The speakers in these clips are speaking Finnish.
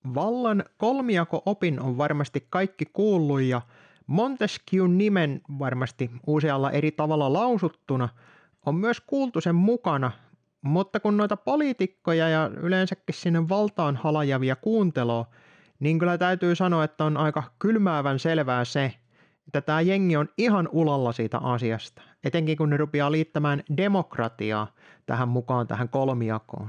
Vallan kolmijako-opin on varmasti kaikki kuullut ja Montesquieun nimen varmasti usealla eri tavalla lausuttuna on myös kuultu sen mukana, mutta kun noita poliitikkoja ja yleensäkin sinne valtaan halajavia kuunteloo, niin kyllä täytyy sanoa, että on aika kylmäävän selvää se, että tämä jengi on ihan ulalla siitä asiasta, etenkin kun ne rupeaa liittämään demokratiaa tähän mukaan tähän kolmijakoon.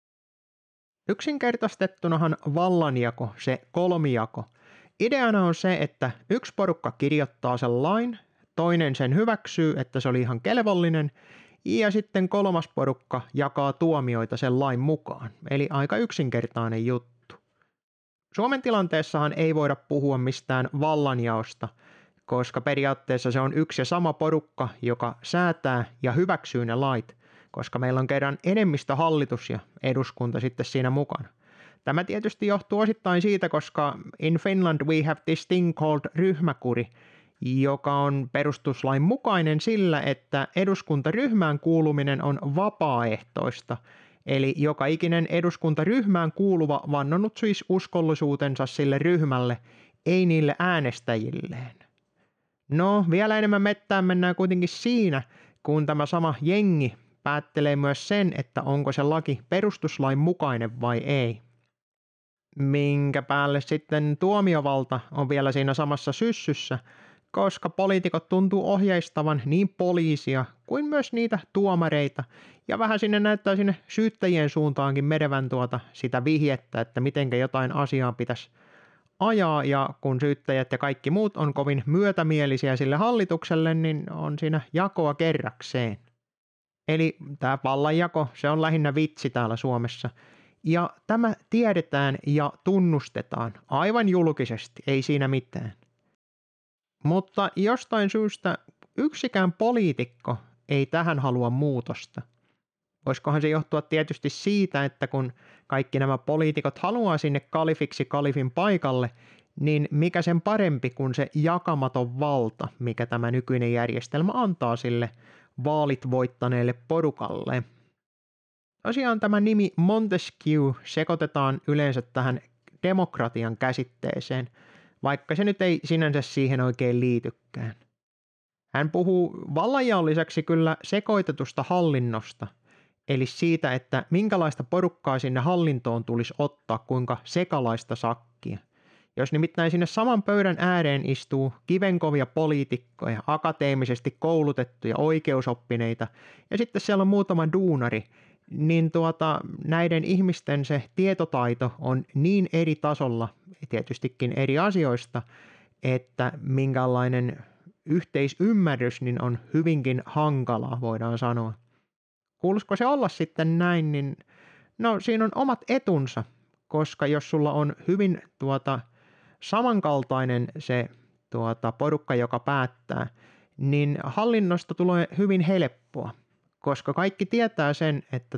Yksinkertaistettunahan vallanjako, se kolmijako, ideana on se, että yksi porukka kirjoittaa sen lain, toinen sen hyväksyy, että se oli ihan kelvollinen, ja sitten kolmas porukka jakaa tuomioita sen lain mukaan. Eli aika yksinkertainen juttu. Suomen tilanteessahan ei voida puhua mistään vallanjaosta, koska periaatteessa se on yksi ja sama porukka, joka säätää ja hyväksyy ne lait, koska meillä on kerran enemmistöhallitus ja eduskunta sitten siinä mukana. Tämä tietysti johtuu osittain siitä, koska in Finland we have this thing called ryhmäkuri, joka on perustuslain mukainen sillä, että eduskuntaryhmään kuuluminen on vapaaehtoista. Eli joka ikinen eduskuntaryhmään kuuluva vannonut siis uskollisuutensa sille ryhmälle, ei niille äänestäjilleen. No, vielä enemmän mettään mennään kuitenkin siinä, kun tämä sama jengi päättelee myös sen, että onko se laki perustuslain mukainen vai ei. Minkä päälle sitten tuomiovalta on vielä siinä samassa syssyssä, koska poliitikot tuntuu ohjeistavan niin poliisia kuin myös niitä tuomareita, ja vähän sinne näyttää sinne syyttäjien suuntaankin menevän sitä vihjettä, että mitenkä jotain asiaa pitäisi ajaa, ja kun syyttäjät ja kaikki muut on kovin myötämielisiä sille hallitukselle, niin on siinä jakoa kerrakseen. Eli tämä vallanjako, se on lähinnä vitsi täällä Suomessa. Ja tämä tiedetään ja tunnustetaan aivan julkisesti, ei siinä mitään. Mutta jostain syystä yksikään poliitikko ei tähän halua muutosta. Voisikohan se johtua tietysti siitä, että kun kaikki nämä poliitikot haluaa sinne kalifiksi kalifin paikalle, niin mikä sen parempi kuin se jakamaton valta, mikä tämä nykyinen järjestelmä antaa sille vaalit voittaneelle porukalle. Tosiaan tämä nimi Montesquieu sekoitetaan yleensä tähän demokratian käsitteeseen, vaikka se nyt ei sinänsä siihen oikein liitykään. Hän puhuu vallanjaon lisäksi kyllä sekoitetusta hallinnosta, eli siitä, että minkälaista porukkaa sinne hallintoon tulisi ottaa, kuinka sekalaista sakkia. Jos nimittäin sinne saman pöydän ääreen istuu kivenkovia poliitikkoja, akateemisesti koulutettuja oikeusoppineita, ja sitten siellä on muutama duunari, niin näiden ihmisten se tietotaito on niin eri tasolla, tietystikin eri asioista, että minkälainen yhteisymmärrys niin on hyvinkin hankalaa, voidaan sanoa. Kuuluisiko se olla sitten näin, niin no siinä on omat etunsa, koska jos sulla on hyvin samankaltainen se porukka, joka päättää, niin hallinnosta tulee hyvin helppoa, koska kaikki tietää sen, että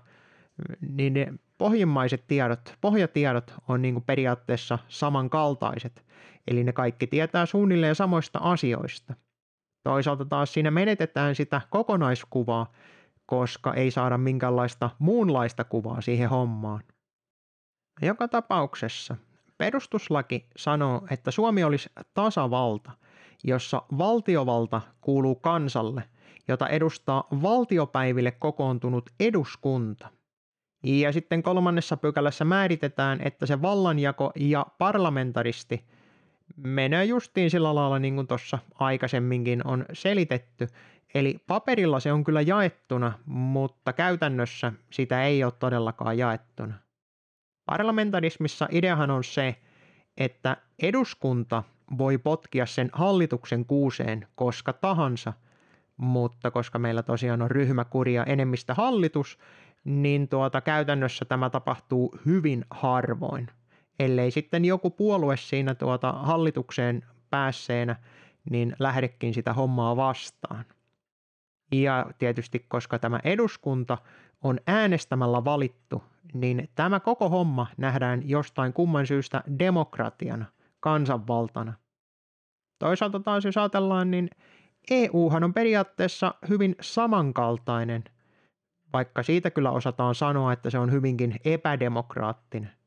niin pohjimmaiset pohjatiedot on niin kuin periaatteessa samankaltaiset, eli ne kaikki tietää suunnilleen samoista asioista. Toisaalta taas siinä menetetään sitä kokonaiskuvaa, koska ei saada minkäänlaista muunlaista kuvaa siihen hommaan. Joka tapauksessa perustuslaki sanoo, että Suomi olisi tasavalta, jossa valtiovalta kuuluu kansalle, jota edustaa valtiopäiville kokoontunut eduskunta. Ja sitten 3. pykälässä määritetään, että se vallanjako ja parlamentaristi menee justiin sillä lailla niin kuin tuossa aikaisemminkin on selitetty. Eli paperilla se on kyllä jaettuna, mutta käytännössä sitä ei ole todellakaan jaettuna. Parlamentarismissa ideahan on se, että eduskunta voi potkia sen hallituksen kuuseen koska tahansa, mutta koska meillä tosiaan on ryhmäkuri ja enemmistöhallitus, niin käytännössä tämä tapahtuu hyvin harvoin, ellei sitten joku puolue siinä hallitukseen päässeenä niin lähdekin sitä hommaa vastaan. Ja tietysti koska tämä eduskunta on äänestämällä valittu, niin tämä koko homma nähdään jostain kumman syystä demokratiana, kansanvaltana. Toisaalta taas jos ajatellaan, niin EUhan on periaatteessa hyvin samankaltainen, vaikka siitä kyllä osataan sanoa, että se on hyvinkin epädemokraattinen.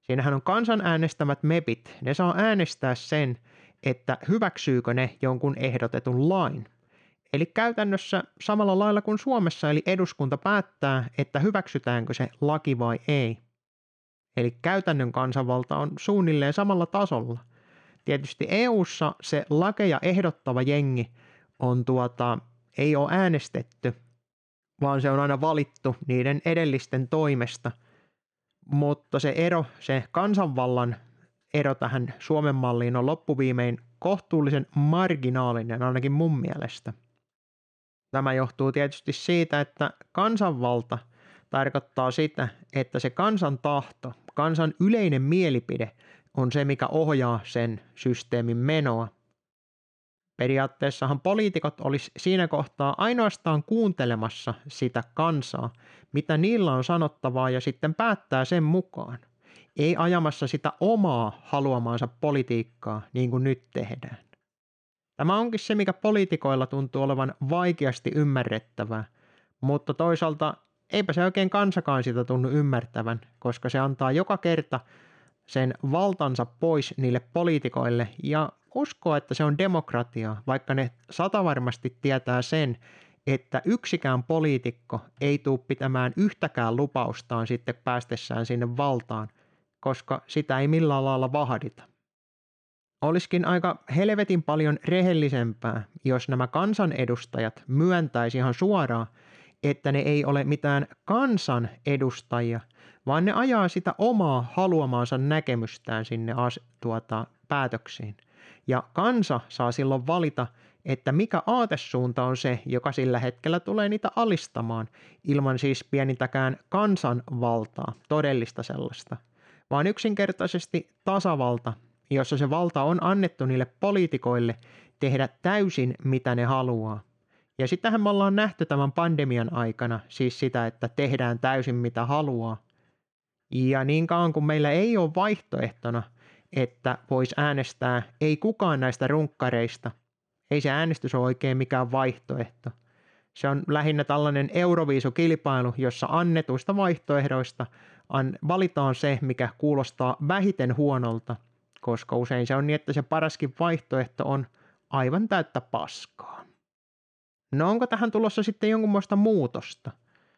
Siinähän on kansan äänestämät mepit. Ne saa äänestää sen, että hyväksyykö ne jonkun ehdotetun lain. Eli käytännössä samalla lailla kuin Suomessa, eli eduskunta päättää, että hyväksytäänkö se laki vai ei. Eli käytännön kansanvalta on suunnilleen samalla tasolla. Tietysti EU:ssa se lakeja ehdottava jengi on ei ole äänestetty, vaan se on aina valittu niiden edellisten toimesta. Mutta se kansanvallan ero tähän Suomen malliin on loppuviimein kohtuullisen marginaalinen ainakin mun mielestä. Tämä johtuu tietysti siitä, että kansanvalta tarkoittaa sitä, että se kansan tahto, kansan yleinen mielipide on se, mikä ohjaa sen systeemin menoa. Periaatteessahan poliitikot olisi siinä kohtaa ainoastaan kuuntelemassa sitä kansaa, mitä niillä on sanottavaa ja sitten päättää sen mukaan. Ei ajamassa sitä omaa haluamaansa politiikkaa niin kuin nyt tehdään. Tämä onkin se, mikä poliitikoilla tuntuu olevan vaikeasti ymmärrettävää, mutta toisaalta eipä se oikein kansakaan sitä tunnu ymmärtävän, koska se antaa joka kerta sen valtansa pois niille poliitikoille ja uskoo, että se on demokratiaa, vaikka ne satavarmasti tietää sen, että yksikään poliitikko ei tule pitämään yhtäkään lupaustaan sitten päästessään sinne valtaan, koska sitä ei millään lailla vahdita. Olisikin aika helvetin paljon rehellisempää, jos nämä kansanedustajat myöntäisi ihan suoraan, että ne ei ole mitään kansan edustajia, vaan ne ajaa sitä omaa haluamaansa näkemystään sinne päätöksiin. Ja kansa saa silloin valita, että mikä aatesuunta on se, joka sillä hetkellä tulee niitä alistamaan, ilman siis pienintäkään kansanvaltaa, todellista sellaista, vaan yksinkertaisesti tasavalta, jossa se valta on annettu niille poliitikoille tehdä täysin mitä ne haluaa. Ja sitähän me ollaan nähty tämän pandemian aikana, siis sitä, että tehdään täysin mitä haluaa. Ja niin kauan kuin meillä ei ole vaihtoehtona, että voisi äänestää ei kukaan näistä runkkareista, ei se äänestys ole oikein mikään vaihtoehto. Se on lähinnä tällainen Euroviisukilpailu, jossa annetuista vaihtoehdoista valitaan se, mikä kuulostaa vähiten huonolta, koska usein se on niin, että se paraskin vaihtoehto on aivan täyttä paskaa. No onko tähän tulossa sitten jonkunmoista muutosta?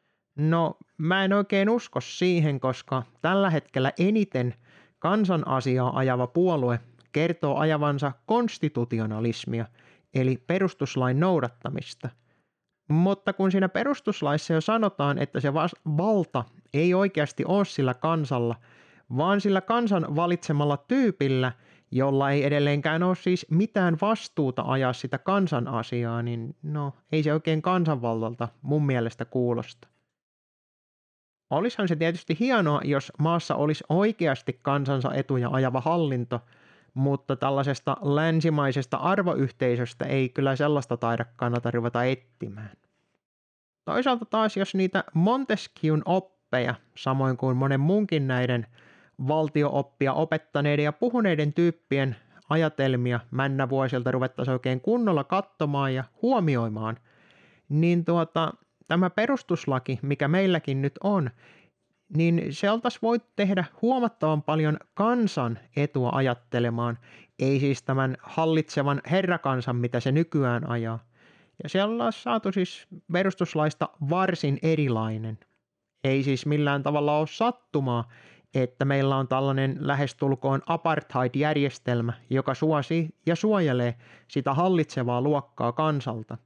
No mä en oikein usko siihen, koska tällä hetkellä eniten kansan asiaa ajava puolue kertoo ajavansa konstitutionalismia, eli perustuslain noudattamista. Mutta kun siinä perustuslaissa jo sanotaan, että se valta ei oikeasti ole sillä kansalla, vaan sillä kansan valitsemalla tyypillä, jolla ei edelleenkään ole siis mitään vastuuta ajaa sitä kansan asiaa, niin no ei se oikein kansanvallalta mun mielestä kuulosta. Olisihan se tietysti hienoa, jos maassa olisi oikeasti kansansa etuja ajava hallinto, mutta tällaisesta länsimaisesta arvoyhteisöstä ei kyllä sellaista taida kannata ruveta etsimään. Toisaalta taas, jos niitä Montesquieun oppeja, samoin kuin monen muunkin näiden valtio-oppia opettaneiden ja puhuneiden tyyppien ajatelmia männävuosilta ruvettaisiin oikein kunnolla katsomaan ja huomioimaan, niin tämä perustuslaki, mikä meilläkin nyt on, niin se oltaisiin voitu tehdä huomattavan paljon kansan etua ajattelemaan, ei siis tämän hallitsevan herrakansan, mitä se nykyään ajaa. Ja siellä ollaan saatu siis perustuslaista varsin erilainen. Ei siis millään tavalla ole sattumaa, että meillä on tällainen lähestulkoon apartheid-järjestelmä, joka suosii ja suojelee sitä hallitsevaa luokkaa kansalta.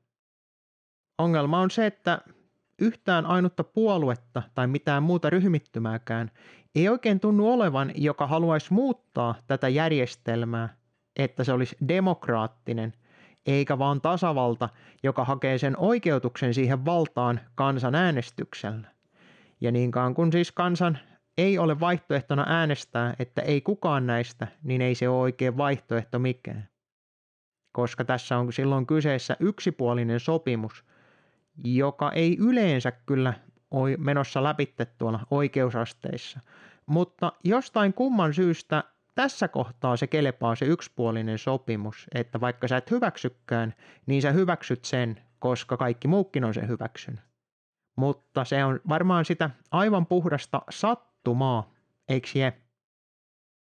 Ongelma on se, että yhtään ainutta puoluetta tai mitään muuta ryhmittymääkään ei oikein tunnu olevan, joka haluaisi muuttaa tätä järjestelmää, että se olisi demokraattinen, eikä vaan tasavalta, joka hakee sen oikeutuksen siihen valtaan kansanäänestyksellä. Ja niinkaan kun siis kansan ei ole vaihtoehtona äänestää, että ei kukaan näistä, niin ei se ole oikein vaihtoehto mikään. Koska tässä on silloin kyseessä yksipuolinen sopimus, joka ei yleensä kyllä ole menossa läpitte tuolla oikeusasteissa. Mutta jostain kumman syystä tässä kohtaa se kelepaa se yksipuolinen sopimus, että vaikka sä et hyväksykään, niin sä hyväksyt sen, koska kaikki muukin on sen hyväksynyt. Mutta se on varmaan sitä aivan puhdasta sattumaa, eikö je?